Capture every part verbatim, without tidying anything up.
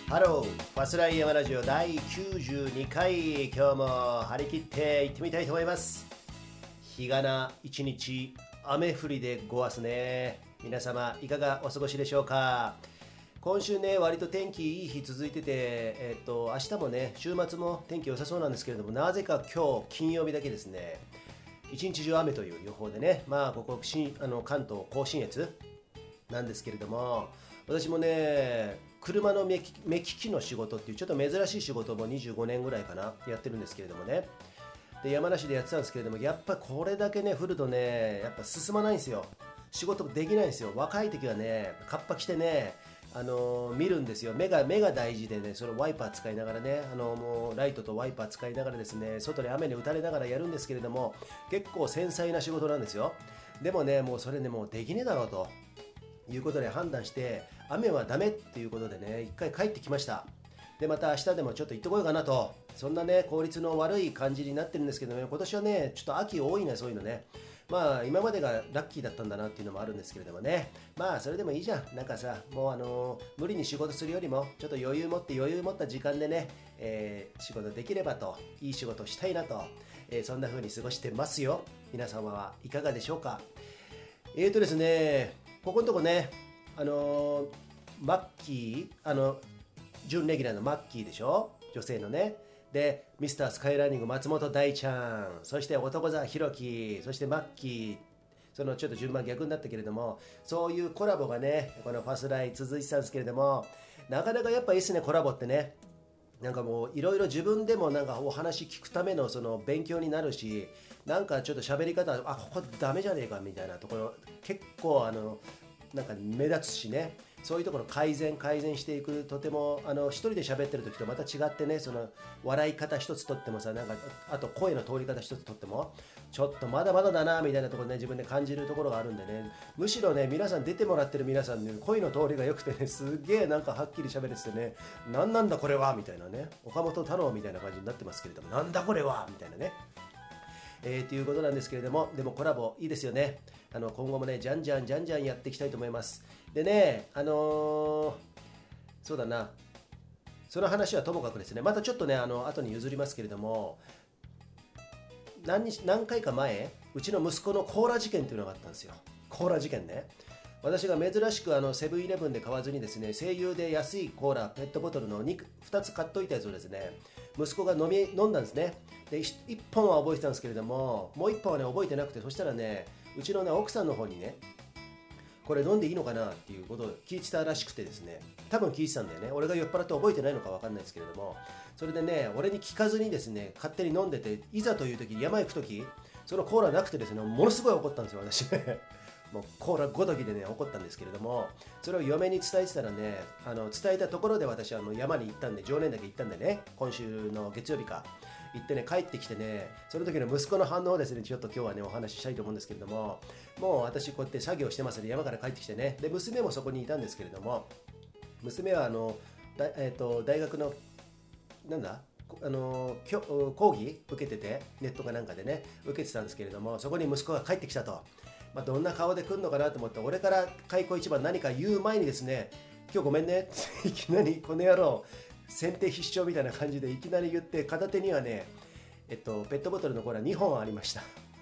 ハロー、ファスライヤマラジオだいきゅうじゅうにかい、今日も張り切って行ってみたいと思います。日がな一日雨降りでごわすね。皆様いかがお過ごしでしょうか。今週ね、割と天気いい日続いてて、えっと明日もね、週末も天気良さそうなんですけれども、なぜか今日金曜日だけですね、一日中雨という予報でね、まあここしあの関東甲信越なんですけれども、私もね、車の目利き目利きの仕事っていうちょっと珍しい仕事もにじゅうごねんぐらいかなやってるんですけれどもね、で山梨でやってたんですけれども、やっぱこれだけね降るとね、やっぱ進まないんですよ。仕事できないんですよ。若い時はね、カッパ着てね、あのー見るんですよ。目が目が大事でね、そのワイパー使いながらね、あのーもうライトとワイパー使いながらですね、外で雨に打たれながらやるんですけれども、結構繊細な仕事なんですよ。でもね、もうそれね、もうできねえだろうということで判断して、雨はダメっていうことでね、一回帰ってきました。でまた明日でもちょっと行ってこようかなと、そんなね効率の悪い感じになってるんですけどね、今年はねちょっと秋多いね、そういうのね。まあ今までがラッキーだったんだなっていうのもあるんですけれどもね、まあそれでもいいじゃん。なんかさ、もうあのー無理に仕事するよりもちょっと余裕持って余裕持った時間でね、えー仕事できればと、いい仕事したいなと、えーそんな風に過ごしてますよ。皆様はいかがでしょうか。えーとですね、ここのとこね、あのーマッキー、あの、準レギュラーのマッキーでしょ、女性のね。で、ミスタースカイランニング松本大ちゃん、そして男沢ひろき、そしてマッキー、そのちょっと順番逆になったけれども、そういうコラボがね、このファスライ続いてたんですけれども、なかなかやっぱいいっすね、コラボってね。なんかもういろいろ自分でもなんかお話聞くためのその勉強になるし、なんかちょっと喋り方、あ、ここダメじゃねえかみたいなところ結構あのなんか目立つしね、そういうところ改善改善していく、とてもあの一人で喋ってる時とまた違ってね、その笑い方一つとってもさ、なんかあと声の通り方一つとってもちょっとまだまだだなみたいなところね、自分で感じるところがあるんでね、むしろね、皆さん出てもらってる皆さんね、声の通りが良くてね、すげえなんかはっきり喋れててね、なんなんだこれはみたいなね、岡本太郎みたいな感じになってますけれども、なんだこれはみたいなね、えー、ということなんですけれども、でもコラボいいですよね。あの今後もね、じゃんじゃんじゃんじゃんやっていきたいと思います。でね、あのーそうだな、その話はともかくですね、またちょっとね、あの後に譲りますけれども、何日何回か前、うちの息子のコーラ事件というのがあったんですよ。コーラ事件ね。私が珍しくあのセブンイレブンで買わずにですね、声優で安いコーラペットボトルの 2, ふたつ買っといたやつをですね、息子が飲み飲んだんですね。でいっぽんは覚えてたんですけれども、もういっぽんはね覚えてなくて、そしたらね、うちのね奥さんの方にね、これ飲んでいいのかなっていうことを聞いてたらしくてですね、多分聞いてたんだよね。俺が酔っ払って覚えてないのか分かんないですけれども、それでね、俺に聞かずにですね、勝手に飲んでて、いざという時、山行く時、そのコーラなくてですね、ものすごい怒ったんですよ、私ね。もうコーラごときでね、怒ったんですけれども、それを嫁に伝えてたらね、あの伝えたところで私はあの山に行ったんで、常念岳行ったんでね、今週の月曜日か。行ってね、帰ってきてね、その時の息子の反応をですね、ちょっと今日はね、お話ししたいと思うんですけれども、もう私こうやって作業してますので、山から帰ってきてね、で、娘もそこにいたんですけれども、娘はあの、だえー、と大学の、なんだ、こあのきょ講義受けてて、ネットかなんかでね、受けてたんですけれども、そこに息子が帰ってきたと。まあ、どんな顔で来るのかなと思って、俺から開口一番何か言う前にですね、今日ごめんねいきなりこの野郎先手必勝みたいな感じでいきなり言って、片手にはね、えっと、ペットボトルのコーラにほんありました。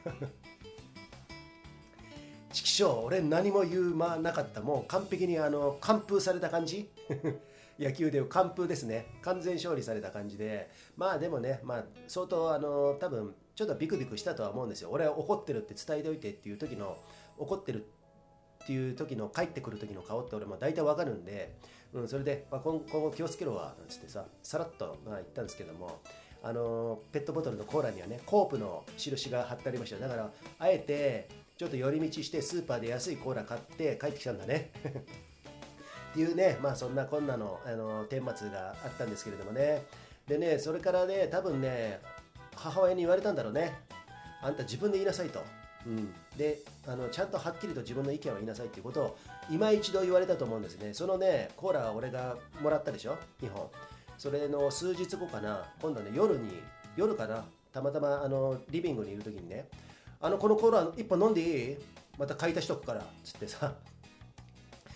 チキショー、俺何も言う間なかった。もう完璧にあの完封された感じ。野球でいう完封ですね。完全勝利された感じで、まあでもね、まあ相当あの多分ちょっとビクビクしたとは思うんですよ。俺は怒ってるって伝えておいてっていう時の、怒ってるっていう時の帰ってくる時の顔って俺も大体わかるんで、うん、それで、まあ、今今後気をつけろわなんつってさ、さらっと、まあ、言ったんですけども、あのペットボトルのコーラにはね、コープの印が貼ってありましたよ。だからあえてちょっと寄り道してスーパーで安いコーラ買って帰ってきたんだね。っていうね、まあそんなこんなの、あの顛末があったんですけれどもね。でね、それからね、多分ね、母親に言われたんだろうね。あんた自分で言いなさいと。うん、であのちゃんとはっきりと自分の意見を言いなさいっていうことを今一度言われたと思うんですね。そのね、コーラは俺がもらったでしょ、にほん。それの数日後かな、今度ね、夜に、夜かな、たまたまあのリビングにいる時にね、あのこのコーラいっぽん飲んでいい、また買い足しとくからつってさ、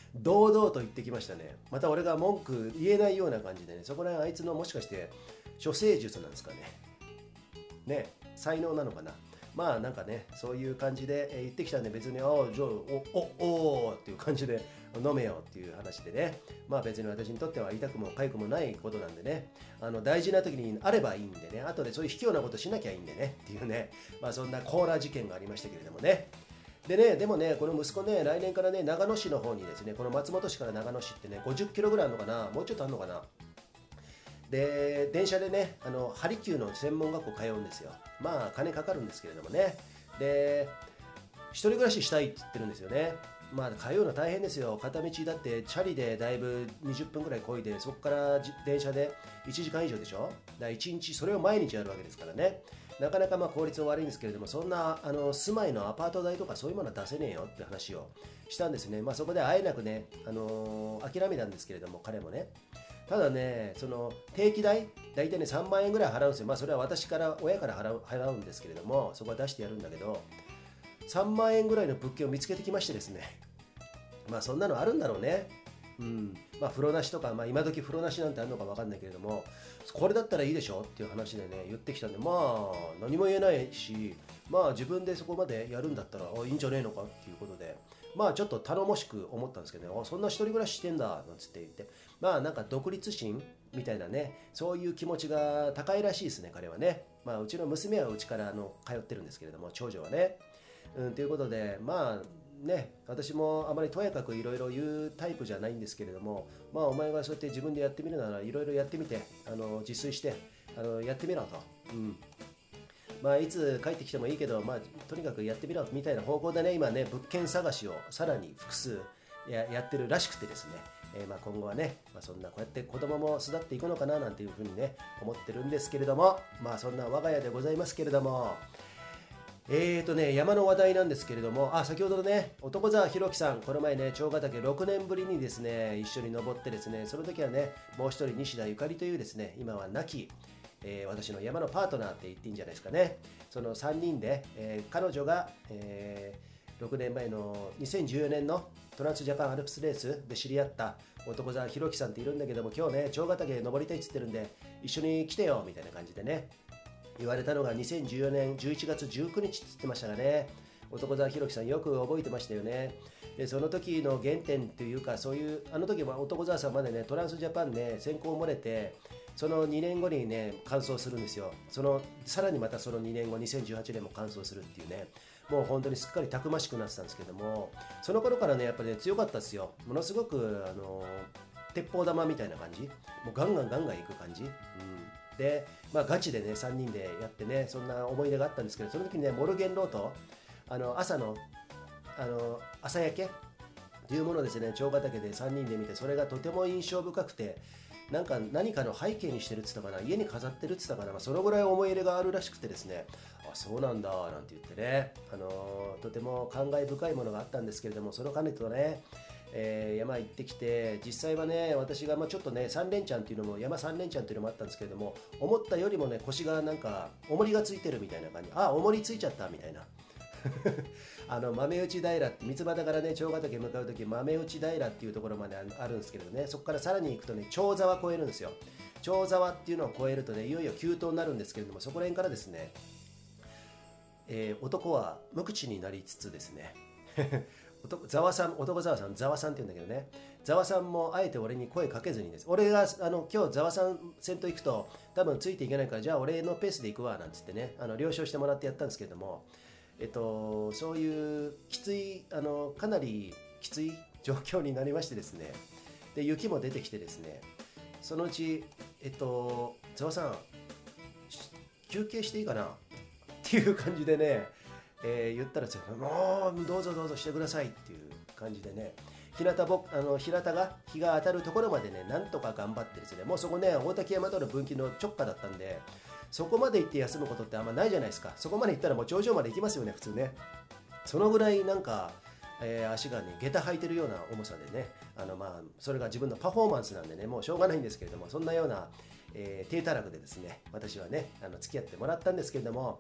堂々と言ってきましたね。また俺が文句言えないような感じでね、そこら辺あいつのもしかして処世術なんですかね。ね、才能なのかな。まあなんかね、そういう感じで言ってきたんで、別に、ああ、じゃあ、お、お、おっていう感じで飲めよっていう話でね、まあ別に私にとっては痛くも痒くもないことなんでね、あの大事な時にあればいいんでね、あとでそういう卑怯なことしなきゃいいんでねっていうね、まあそんなコーラ事件がありましたけれどもね。でね、でもね、この息子ね、来年からね、長野市の方にですね、この松本市から長野市ってね、ごじゅっキロぐらいあるのかな、もうちょっとあるのかな。で、電車でね、あのハリキューの専門学校通うんですよ。まあ、金かかるんですけれどもね。で、一人暮らししたいって言ってるんですよね。まあ、通うの大変ですよ。片道だってチャリでだいぶにじゅっぷんぐらい漕いで、そこから電車でいちじかん以上でしょ。だからいちにち、それを毎日やるわけですからね。なかなかまあ効率は悪いんですけれども、そんなあの住まいのアパート代とかそういうものは出せねえよって話をしたんですね。まあ、そこであえなくね、あのー諦めたんですけれども、彼もね。ただね、その定期代、大体ねさんまん円ぐらい払うんですよ。まあそれは私から、親から払う払うんですけれども、そこは出してやるんだけど、さんまん円ぐらいの物件を見つけてきましてですね。まあそんなのあるんだろうね。うん。まあ風呂なしとか、まあ今時風呂なしなんてあるのかわかんないけれども、これだったらいいでしょっていう話でね、言ってきたんで、まあ何も言えないし、まあ自分でそこまでやるんだったら、あいいんじゃねえのかっていうことで、まあちょっと頼もしく思ったんですけどね、あそんな一人暮らししてんだなんつって言って、まあなんか独立心みたいなね、そういう気持ちが高いらしいですね、彼はね。まあうちの娘はうちからあの通ってるんですけれども、長女はね。うん、ということで、まあね、私もあまりとやかくいろいろ言うタイプじゃないんですけれども、まあお前がそうやって自分でやってみるならいろいろやってみて、あの自炊してあのやってみろと。うんまあ、いつ帰ってきてもいいけど、まあ、とにかくやってみろみたいな方向でね、今ね、物件探しをさらに複数ややってるらしくてですね、えーまあ今後はね、まあ、そんなこうやって子供も育っていくのかななんていうふうにね、思ってるんですけれども、まあそんな我が家でございますけれども、えーとね、山の話題なんですけれども、あ、先ほどね、男沢弘樹さん、この前ね、長ヶ岳ろくねんぶりにですね、一緒に登ってですね、その時はね、もう一人西田ゆかりというですね、今は亡き、えー私の山のパートナーって言っていいんじゃないですかね。そのさんにんで、えー彼女が、えーろくねんまえのにせんじゅうよねんのトランスジャパンアルプスレースで知り合った男沢弘樹さんっているんだけども、今日ね、長ヶ岳登りたいっつってるんで、一緒に来てよみたいな感じでね、言われたのがにせんじゅうよねんじゅういちがつじゅうくにちって言ってましたがね、男沢弘樹さんよく覚えてましたよね。でその時の原点というか、そういうあの時は男沢さんまでね、トランスジャパンね、選考漏れて、そのにねんごにね、完走するんですよ。そのさらにまたそのにねんご、にせんじゅうはちねんも完走するっていうね、もう本当にすっかりたくましくなってたんですけども、その頃からね、やっぱりね、強かったですよ。ものすごく、あの鉄砲玉みたいな感じ、もうガンガンガンガンいく感じ。うんで、まあ、ガチでね、さんにんでやってね、そんな思い出があったんですけど、その時にね、モルゲンロート、あの朝のあの朝焼けというものをですね、長ヶ岳でさんにんで見て、それがとても印象深くて、なんか何かの背景にしてるって言ったかな、家に飾ってるって言ったかな、まあ、そのぐらい思い入れがあるらしくてですね、あ、そうなんだなんて言ってね、あのーとても感慨深いものがあったんですけれども、その兼ねとね、えー山行ってきて、実際はね、私がまあちょっとね、さん連チャンっていうのも、山さん連チャンっていうのもあったんですけれども、思ったよりもね、腰がなんか、重りがついてるみたいな感じ、あ、重りついちゃったみたいな。あの豆内平って三つ畑からね長ヶ岳向かう時豆内平っていうところまであるんですけれどね、そこからさらに行くとね長沢越えるんですよ。長沢っていうのを越えるとねいよいよ急登になるんですけれども、そこら辺からですね、えー男は無口になりつつですね男ざわさん男ざわさんざわさんって言うんだけどね、ざわさんもあえて俺に声かけずにです、俺があの今日ざわさん先頭行くと多分ついていけないから、じゃあ俺のペースで行くわなんつってね、あの了承してもらってやったんですけれども、えっと、そういうきついあのかなりきつい状況になりましてですね、で雪も出てきてですね、そのうちえっとざわさん休憩していいかなっていう感じでね、えー言ったらですよ、もうどうぞどうぞしてくださいっていう感じでね、日向ぼあの日向が日が当たるところまでねなんとか頑張ってですね、もうそこね大滝山との分岐の直下だったんで、そこまで行って休むことってあんまないじゃないですか。そこまで行ったらもう頂上まで行きますよね普通ね。そのぐらいなんか、えー足がね下駄履いてるような重さでね、あのまあそれが自分のパフォーマンスなんでね、もうしょうがないんですけれども、そんなような、えー低たらくでですね私はねあの付き合ってもらったんですけれども、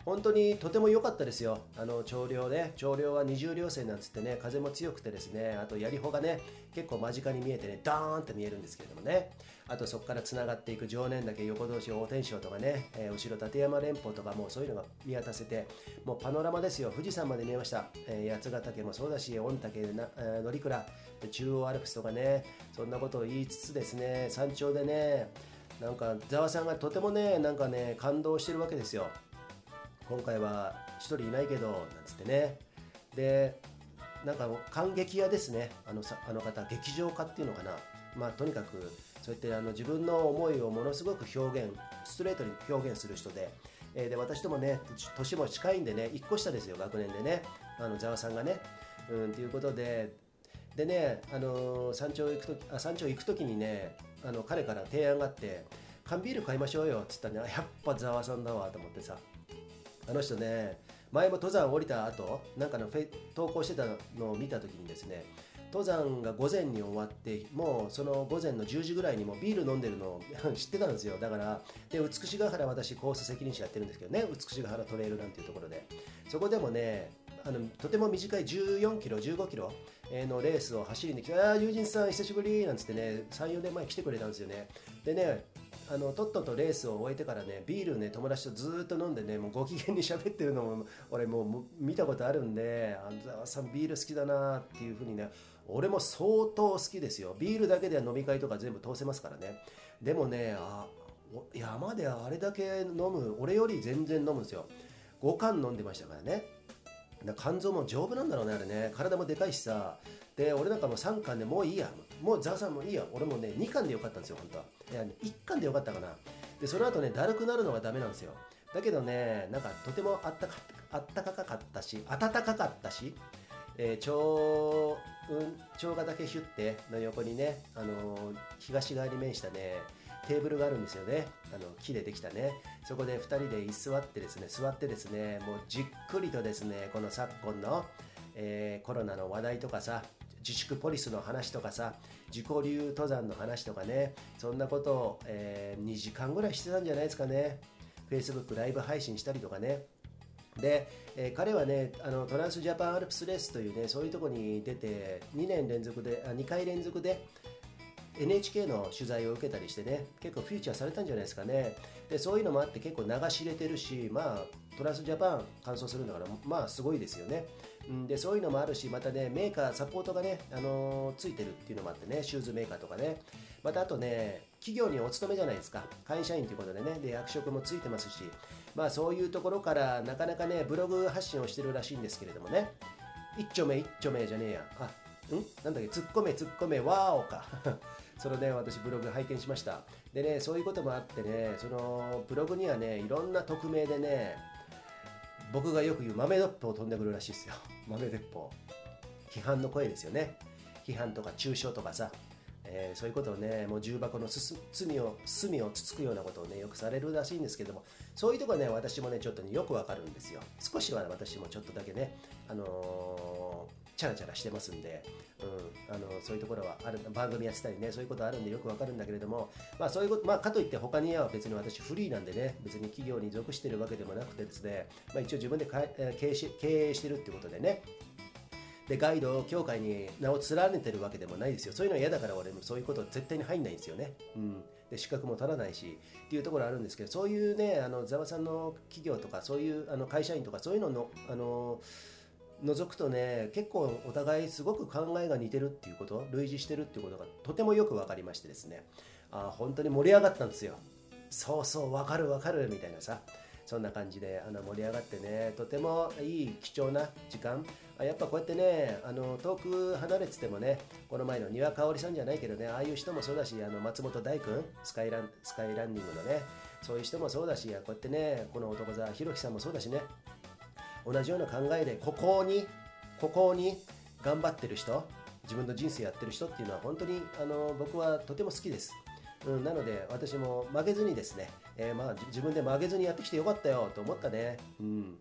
本当にとても良かったですよ。あの長梁ね、長梁は二重稜線なんつってね、風も強くてですね、あと槍穂がね、結構間近に見えてね、ドーンって見えるんですけれどもね、あとそこからつながっていく常念岳、横通し大天正とかね、えー、後ろ立山連峰とか、もうそういうのが見渡せて、もうパノラマですよ。富士山まで見えました。えー、八ヶ岳もそうだし、御嶽な、えー、乗鞍、中央アルプスとかね、そんなことを言いつつですね、山頂でね、なんかざわさんがとてもね、なんかね、感動してるわけですよ。今回は一人いないけどなんつってね。でなんか感激屋ですね、あのさあの方、劇場家っていうのかな。まあとにかくそうやってあの自分の思いをものすごく表現、ストレートに表現する人で、えー、で私ともね年も近いんでね、いっこ下ですよ、学年でね、あのざわさんがね、うんということで、でね、あのー山頂行くときあ山頂行くときにね、あの彼から提案があって、缶ビール買いましょうよっつったらね、やっぱざわさんだわと思ってさ。あの人ね、前も登山降りた後、なんかのフェ投稿してたのを見たときにですね、登山が午前に終わって、もうその午前のじゅうじぐらいにもビール飲んでるのを知ってたんですよ。だから、で、美しが原、私、コース責任者やってるんですけどね、美しが原トレイルなんていうところで、そこでもね、あのとても短いじゅうよんキロ、じゅうごキロのレースを走りに来て、ああ、友人さん、久しぶりなんつってね、さん、よねんまえ来てくれたんですよね。でね、あのとっととレースを終えてからね、ビールね、友達とずーっと飲んでね、もうご機嫌に喋ってるのも俺もう見たことあるんで、あのざわさんビール好きだなっていうふうにね、俺も相当好きですよ。ビールだけでは飲み会とか全部通せますからね。でもね、あお山であれだけ飲む、俺より全然飲むんですよ。ごかん飲んでましたからね。だから肝臓も丈夫なんだろうね、あれね。体もでかいしさ。で、俺なんかもうさんかんでもういいや。もうざわさんもいいや。俺もね、にかんでよかったんですよ、本当は。いや、いっかんでよかったかな。で、その後ね、だるくなるのがダメなんですよ。だけどね、なんかとてもあったかあったかかったし、暖かかったし、えー、長、うん、長ヶ岳ヒュッテの横にね、あのー東側に面したね、テーブルがあるんですよね。あの木でできたね。そこでふたりで居座ってですね、座ってですね、もうじっくりとですね、この昨今の、えーコロナの話題とかさ、自粛ポリスの話とかさ、自己流登山の話とかね、そんなことを、えーにじかんぐらいしてたんじゃないですかね。Facebook ライブ配信したりとかね。で、えー彼はね、あのトランスジャパンアルプスレースというね、そういうところに出てにねん連続で、あにかい連続で エヌエイチケー の取材を受けたりしてね、結構フューチャーされたんじゃないですかね。で、そういうのもあって結構流し入れてるし、まあ、トランスジャパン完走するんだから、まあ、すごいですよね。うん、で、そういうのもあるし、またね、メーカー、サポートがね、あのーついてるっていうのもあってね、シューズメーカーとかね。またあとね、企業にお勤めじゃないですか。会社員ということでね、で、役職もついてますし、まあ、そういうところからなかなかね、ブログ発信をしてるらしいんですけれどもね、一丁目一丁目じゃねえや。あ、んなんだっけ、突っ込め突っ込め、わーおか。そのね、私ブログ拝見しました。でね、そういうこともあってね、そのブログにはね、いろんな匿名でね、僕がよく言う豆鉄砲飛んでくるらしいですよ。豆鉄砲。批判の声ですよね。批判とか中傷とかさ、えーそういうことをね、もう重箱のすす罪を隅をつつくようなことをね、よくされるらしいんですけども、そういうところはね、私もね、ちょっとね、よくわかるんですよ。少しは私もちょっとだけね、あのーチャラチャラしてますんで、うん、あのそういうところはある、番組やってたりね、そういうことあるんでよくわかるんだけれども、まあそういうこと、まあかといって他には別に私フリーなんでね、別に企業に属してるわけでもなくてですね、まあ一応自分でかいえー経営し経営してるってことでね、でガイド協会に名を連ねてるわけでもないですよ。そういうのは嫌だから俺もそういうこと絶対に入んないんですよね。うん、で資格も取らないしっていうところあるんですけど、そういうね、あのざわさんの企業とかそういうあの会社員とかそういうののあの覗くとね、結構お互いすごく考えが似てるっていうこと、類似してるっていうことがとてもよく分かりましてですね、あ本当に盛り上がったんですよ。そうそう、分かる分かるみたいなさ、そんな感じであの盛り上がってね、とてもいい貴重な時間。あやっぱこうやってね、あの遠く離れててもね、この前の丹羽香織さんじゃないけどね、ああいう人もそうだし、あの松本大君、スカイランスカイランニングのね、そういう人もそうだし、こうやってね、この男座ひろきさんもそうだしね、同じような考えでここにここに頑張ってる人、自分の人生やってる人っていうのは本当にあの僕はとても好きです。うん、なので私も負けずにですね、えーまあ自分で負けずにやってきてよかったよと思ったね。うん、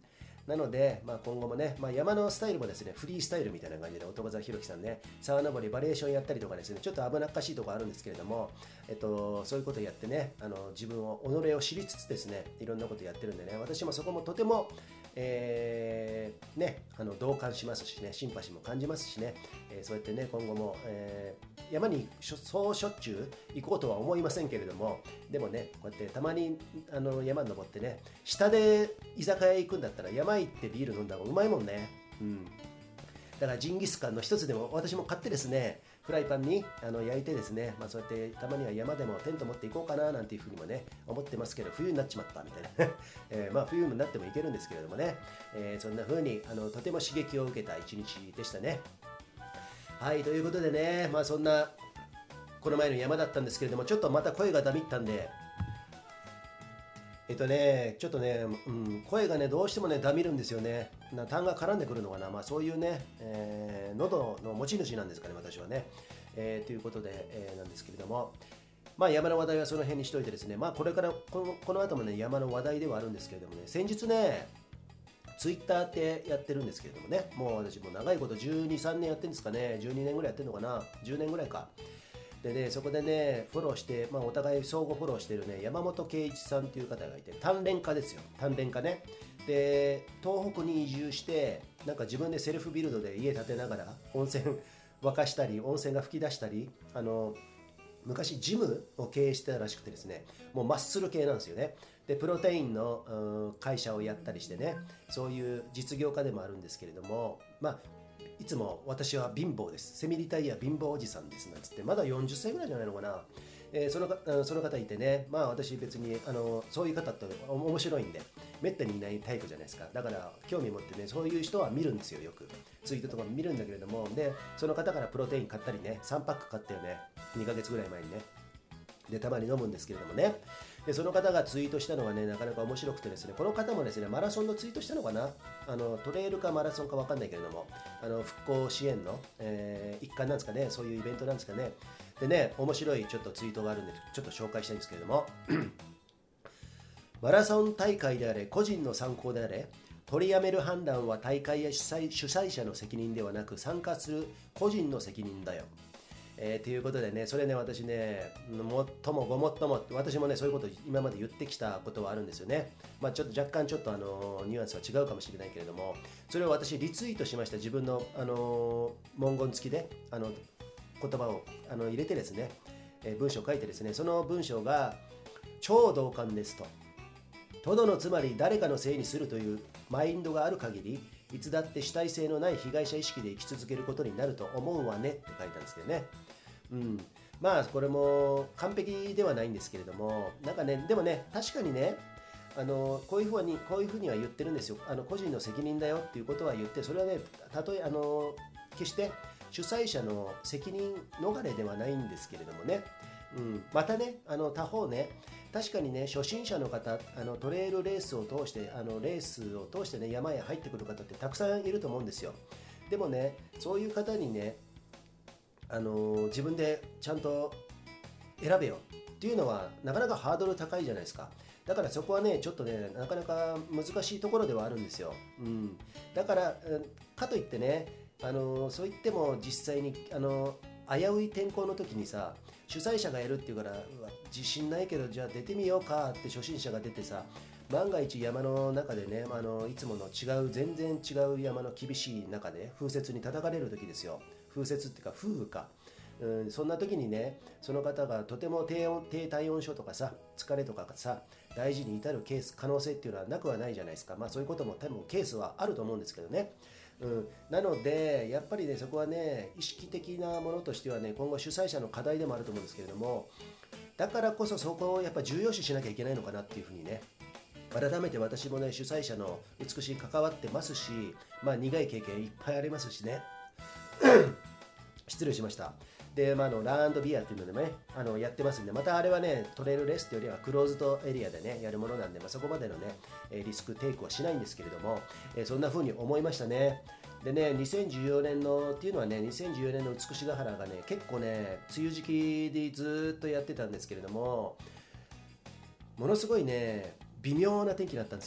なので、まあ、今後もね、まあ、山のスタイルもですね、フリースタイルみたいな感じで、男座ひろきさんね、沢登り、バリエーションやったりとかですね、ちょっと危なっかしいところあるんですけれども、えっと、そういうことをやってね、あの自分を、己を知りつつですね、いろんなことやってるんでね、私もそこもとても、えーね、あの同感しますしね、シンパシーも感じますしね、えーそうやってね、今後も、えー山にそうしょっちゅう行こうとは思いませんけれども、でもね、こうやってたまにあの山に登ってね、下で居酒屋行くんだったら山行ってビール飲んだ方がうまいもんね。うん。だからジンギスカンの一つでも私も買ってですね、フライパンにあの焼いてですね、まあ、そうやってたまには山でもテント持っていこうかななんていうふうにもね、思ってますけど、冬になっちまったみたいな、えーまあ冬になってもいけるんですけれどもね、えーそんな風にあのとても刺激を受けた一日でしたね。はい、ということでね、まあそんなこの前の山だったんですけれども、ちょっとまた声がだみったんで、えっとね、ちょっとね、うん、声がね、どうしてもね、だみるんですよね。な痰が絡んでくるのかな、まあそういうね、えー喉の持ち主なんですかね、私はね。えーということで、えーなんですけれども、まあ山の話題はその辺にしといてですね、まあこれから、このこの後もね、山の話題ではあるんですけれどもね、先日ね、ツイッターってやってるんですけれどもね、もう私もう長いことじゅうに、さんねんやってるんですかね、じゅうにねんぐらいやってるのかな、じゅうねんぐらいか。でね、そこでね、フォローして、まあ、お互い相互フォローしてるね、山本圭一さんという方がいて、鍛錬家ですよ、鍛錬家ね。で、東北に移住して、なんか自分でセルフビルドで家建てながら、温泉沸かしたり、温泉が噴き出したり、あの、昔ジムを経営してたらしくてですね、もうマッスル系なんですよね。でプロテインのうん会社をやったりしてね、そういう実業家でもあるんですけれども、まあいつも私は貧乏です、セミリタイヤ貧乏おじさんですなんつって、まだよんじゅっさいぐらいじゃないのかな。えーそのかあその方いてね、まあ私別にあのそういう方ってお面白いんで、めったにいないタイプじゃないですか。だから興味持ってね、そういう人は見るんですよ、よくツイートとか見るんだけれども、でその方からプロテイン買ったりね、さんパック買ったよね、にかげつぐらい前にね。でたまに飲むんですけれどもね、でその方がツイートしたのがね、なかなか面白くてですね、この方もですね、マラソンのツイートしたのかな、あのトレイルかマラソンか分かんないけれども、あの復興支援の、えー一環なんですかね、そういうイベントなんですかね。でね、面白いちょっとツイートがあるんで、ちょっと紹介したいんですけれども、マラソン大会であれ、個人の参考であれ、取りやめる判断は大会や主催主催者の責任ではなく、参加する個人の責任だよ。えー、ということでね、それね、私ね、もっともごもっとも、私もね、そういうことを今まで言ってきたことはあるんですよね。まあ、ちょっと若干ちょっとあのニュアンスは違うかもしれないけれども、それを私リツイートしました。自分のあの文言付きであの言葉をあの入れてですね、えー文章を書いてですね、その文章が超同感ですと。とどのつまり誰かのせいにするというマインドがある限り、いつだって主体性のない被害者意識で生き続けることになると思うわねって書いたんですけどね。うん、まあこれも完璧ではないんですけれども、なんかね、でもね、確かにね、あのこういうふうにこういうふうには言ってるんですよ。あの個人の責任だよっていうことは言って、それはね、たとえあの決して主催者の責任逃れではないんですけれどもね。うん、またね、あの他方ね、確かにね、初心者の方、あのトレイルレースを通して、あのレースを通してね、山へ入ってくる方ってたくさんいると思うんですよ。でもね、そういう方にね、あの自分でちゃんと選べよっていうのはなかなかハードル高いじゃないですか。だからそこはね、ちょっとね、なかなか難しいところではあるんですよ。うん、だから、うんかといってね、あのそう言っても実際にあの危うい天候の時にさ、主催者がやるっていうから、うわ自信ないけどじゃあ出てみようかって初心者が出てさ、万が一山の中でね、あのいつもの違う全然違う山の厳しい中で風雪に叩かれる時ですよ。風雪っていうか風雨か、うん、そんな時にね、その方がとても低温低体温症とかさ、疲れとかがさ大事に至るケース可能性っていうのはなくはないじゃないですか。まあそういうことも多分ケースはあると思うんですけどね。うん、なのでやっぱりね、そこはね、意識的なものとしてはね、今後主催者の課題でもあると思うんですけれども、だからこそそこをやっぱ重要視しなきゃいけないのかなっていうふうにね、改めて私もね、主催者の美しい関わってますし、まあ苦い経験いっぱいありますしね。失礼しました。で、まあ、あのランドビアっていうのでもね、あのやってますんで、またあれはね、トレイルレースというよりはクローズドエリアでね、やるものなんで、まあ、そこまでのね、リスクテイクはしないんですけれども、えーそんな風に思いましたね。でね、にせんじゅうよねんのっていうのはね、にせんじゅうよねんの美しが原がね、結構ね、梅雨時期でずっとやってたんですけれども、ものすごいね、微妙な天気だったんですよ。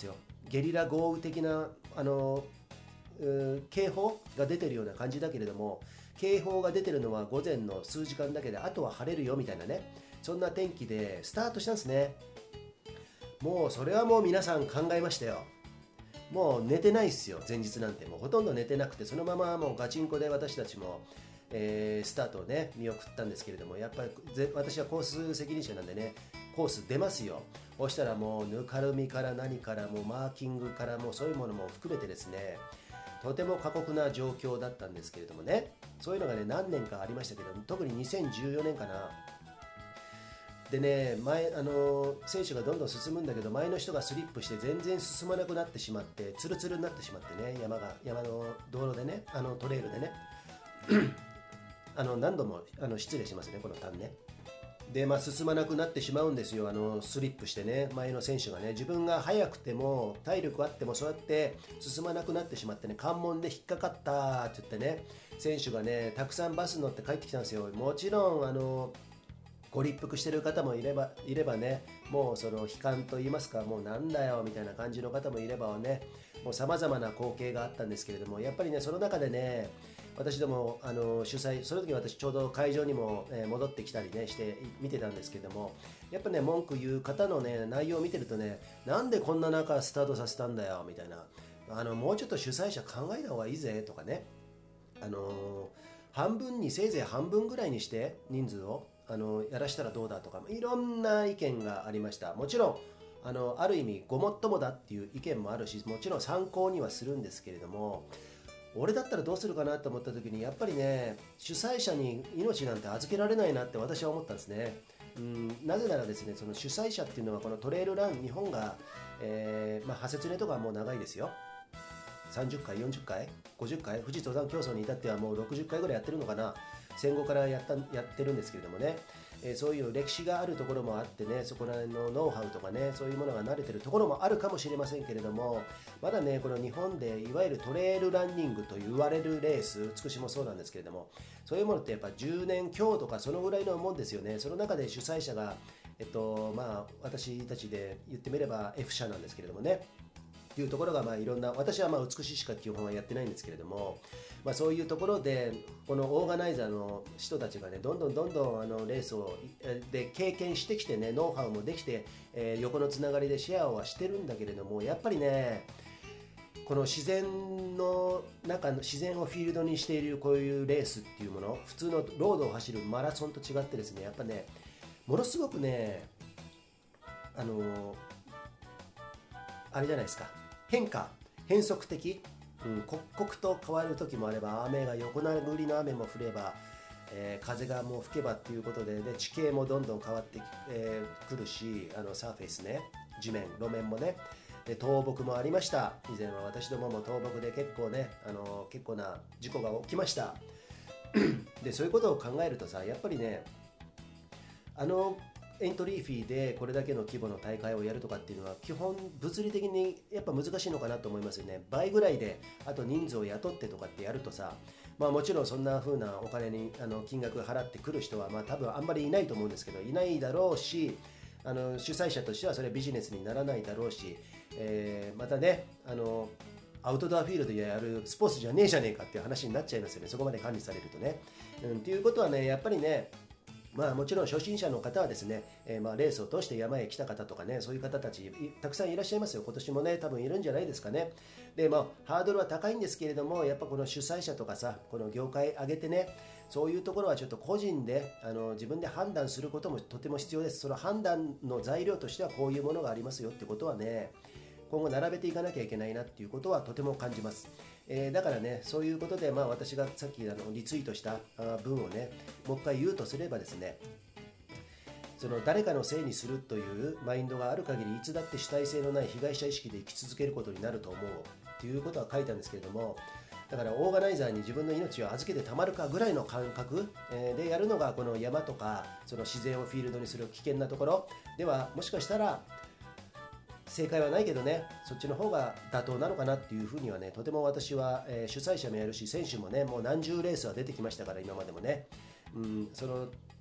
ゲリラ豪雨的なあの警報が出てるような感じだけれども、警報が出てるのは午前の数時間だけで、あとは晴れるよみたいなね、そんな天気でスタートしたんですね。もうそれはもう皆さん考えましたよ。もう寝てないっすよ、前日なんて。もうほとんど寝てなくて、そのままもうガチンコで私たちも、えースタートをね見送ったんですけれども、やっぱりぜ私はコース責任者なんでね、コース出ますよ。そしたらもうぬかるみから何からもうマーキングからもうそういうものも含めてですね、とても過酷な状況だったんですけれどもね、そういうのがね何年かありましたけど、特ににせんじゅうよねんかな。でね、前あの選手がどんどん進むんだけど、前の人がスリップして全然進まなくなってしまって、ツルツルになってしまってね、山が山の道路でね、あのトレイルでねあの何度もあの失礼しますね、この単ね。で、まあ、進まなくなってしまうんですよ、あのスリップしてね、前の選手がね、自分が速くても体力あってもそうやって進まなくなってしまってね、関門で引っかかったって言ってね、選手がねたくさんバス乗って帰ってきたんですよ。もちろんあのご立腹してる方もいればいればね、もうその悲観と言いますか、もうなんだよみたいな感じの方もいればね、もうさまざまな光景があったんですけれども、やっぱりねその中でね、私どもあの主催、その時私ちょうど会場にも、えー戻ってきたりねして見てたんですけども、やっぱね文句言う方のね内容を見てるとね、なんでこんな中スタートさせたんだよみたいな、あのもうちょっと主催者考えた方がいいぜとかね、あのー半分にせいぜい半分ぐらいにして人数をあのやらしたらどうだとか、いろんな意見がありました。もちろんあのある意味ごもっともだっていう意見もあるし、もちろん参考にはするんですけれども、俺だったらどうするかなと思った時に、やっぱりね主催者に命なんて預けられないなって私は思ったんですね。うん、なぜならですね、その主催者っていうのはこのトレイルラン、日本が、えーまあ、派切ねとかはもう長いですよ。さんじゅっかい、よんじゅっかい、ごじゅっかい、富士登山競争に至ってはもうろくじゅっかいぐらいやってるのかな。戦後からやったやってるんですけれどもね、えーそういう歴史があるところもあってね、そこら辺のノウハウとかね、そういうものが慣れてるところもあるかもしれませんけれども、まだねこの日本でいわゆるトレイルランニングと言われるレース、つくしもそうなんですけれども、そういうものってやっぱじゅうねん強とかそのぐらいのもんですよね。その中で主催者がえっとまあ私たちで言ってみれば F 社なんですけれどもね、いうところがまあいろんな、私はまあ美しいしか基本はやってないんですけれども、まあ、そういうところでこのオーガナイザーの人たちがねどんどんどんどんあのレースをえで経験してきてね、ノウハウもできて、えー横のつながりでシェアはしてるんだけれども、やっぱりねこの自然の中の自然をフィールドにしているこういうレースっていうもの、普通のロードを走るマラソンと違ってですね、やっぱねものすごくねあのあれじゃないですか、変化変則的、うん、刻々と変わる時もあれば、雨が横殴りの雨も降れば、えー風がもう吹けばっていうことで、で地形もどんどん変わってく、えーくるし、あのサーフェイスね、地面路面もね、で倒木もありました。以前は私どもも倒木で結構ね、あの結構な事故が起きましたでそういうことを考えるとさ、やっぱりねあのエントリーフィーでこれだけの規模の大会をやるとかっていうのは基本物理的にやっぱ難しいのかなと思いますよね。倍ぐらいであと人数を雇ってとかってやるとさ、まあもちろんそんな風なお金にあの金額払ってくる人はまあ多分あんまりいないと思うんですけど、いないだろうし、あの主催者としてはそれはビジネスにならないだろうし、えーまたねあのアウトドアフィールドでやるスポーツじゃねえじゃねえかっていう話になっちゃいますよね、そこまで管理されるとね。うん、っていうことはね、やっぱりね、まあ、もちろん初心者の方はですね、えーまあレースを通して山へ来た方とかね、そういう方たちたくさんいらっしゃいますよ。今年もね多分いるんじゃないですかね。でまあハードルは高いんですけれども、やっぱこの主催者とかさ、この業界上げてね、そういうところはちょっと個人であの自分で判断することもとても必要です。その判断の材料としてはこういうものがありますよってことはね、今後並べていかなきゃいけないなっていうことはとても感じます。えーだからね、そういうことで、まあ、私がさっきあのリツイートしたあ文をねもう一回言うとすればですね、その誰かのせいにするというマインドがある限り、いつだって主体性のない被害者意識で生き続けることになると思うっていうことは書いたんですけれども、だからオーガナイザーに自分の命を預けてたまるかぐらいの感覚、えーでやるのがこの山とかその自然をフィールドにする危険なところでは、もしかしたら正解はないけどね、そっちの方が妥当なのかなっていうふうにはね、とても私は、えー主催者もやるし、選手もねもう何十レースは出てきましたから、今までもね、うん、その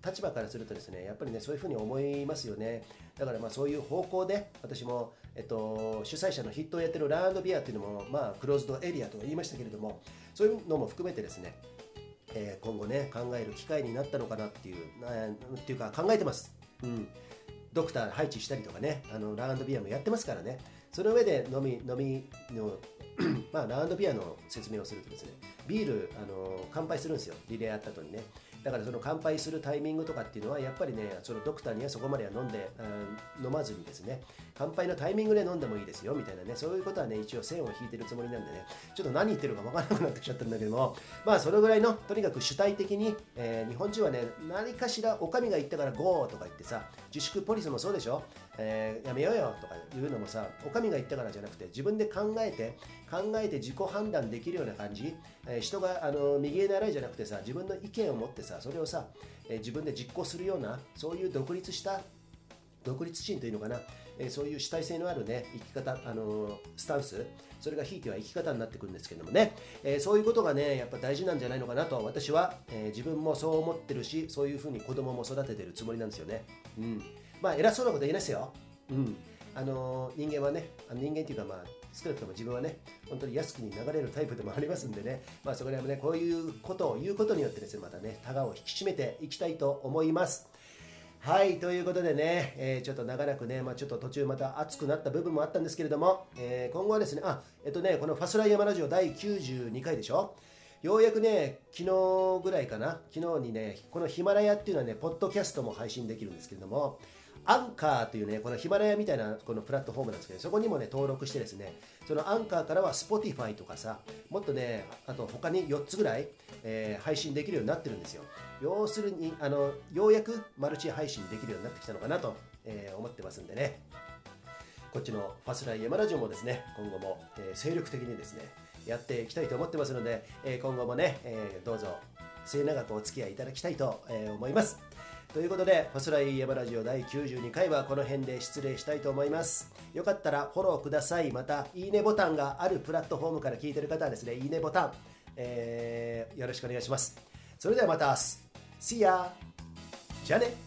立場からするとですね、やっぱりねそういうふうに思いますよね。だからまあそういう方向で私も、えっと、主催者の筆頭をやってるランドビアっていうのも、まあ、クローズドエリアと言いましたけれども、そういうのも含めてですね、えー、今後ね考える機会になったのかなっていう、なっていうか考えてます。うん、ドクター配置したりとかね、あのラウンドビアもやってますからね。その上で飲み飲みのまあラウンドビアの説明をするとですね、ビールあの乾杯するんですよ、リレーやった後にね。だからその乾杯するタイミングとかっていうのはやっぱりね、そのドクターにはそこまでは飲んで、うん、飲まずにですね、乾杯のタイミングで飲んでもいいですよみたいなね、そういうことはね一応線を引いてるつもりなんでね、ちょっと何言ってるか分からなくなってきちゃったんだけども、まあそのぐらいのとにかく主体的に、えー、日本人はね何かしらお上が言ったからゴーとか言ってさ、自粛ポリスもそうでしょ、えー、やめようよとか言うのもさ、お上が言ったからじゃなくて自分で考えて考えて自己判断できるような感じ、えー、人があの右へ習いじゃなくてさ、自分の意見を持ってさ、それをさ、えー、自分で実行するような、そういう独立した独立心というのかな、えー、そういう主体性のあるね生き方、あのー、スタンス、それがひいては生き方になってくるんですけどもね、えー、そういうことがねやっぱ大事なんじゃないのかなと私は、えー、自分もそう思ってるし、そういうふうに子供も育ててるつもりなんですよね。うん、まあ偉そうなこと言いますよ。うん、あのー、人間はね、あの人間っていうかまあ少なくとも自分はね、本当に安くに流れるタイプでもありますんでね、まあそこら辺もね、こういうことを言うことによってですね、またね、タガを引き締めていきたいと思います。はい、ということでね、えー、ちょっと長らくね、まあ、ちょっと途中また熱くなった部分もあったんですけれども、えー、今後はですね、あ、えっとね、このファスライヤマラジオだいきゅうじゅうにかいでしょ。ようやくね、昨日ぐらいかな、昨日にね、このヒマラヤっていうのはね、ポッドキャストも配信できるんですけれども、アンカーというね、このヒマラヤみたいなこのプラットフォームなんですけど、そこにもね、登録してですね、そのアンカーからは Spotify とかさ、もっとね、あと他によっつぐらい、えー、配信できるようになってるんですよ。要するに、あの、ようやくマルチ配信できるようになってきたのかなと、えー、思ってますんでね。こっちのファスライヤマラジオもですね、今後も、えー、精力的にですね、やっていきたいと思ってますので、えー、今後もね、えー、どうぞ末永くお付き合いいただきたいと、えー、思います。ということで、ファスライヤマラジオだいきゅうじゅうにかいはこの辺で失礼したいと思います。よかったらフォローください。また、いいねボタンがあるプラットフォームから聞いている方はですね、いいねボタン、えー、よろしくお願いします。それではまた明日。See ya! じゃあね。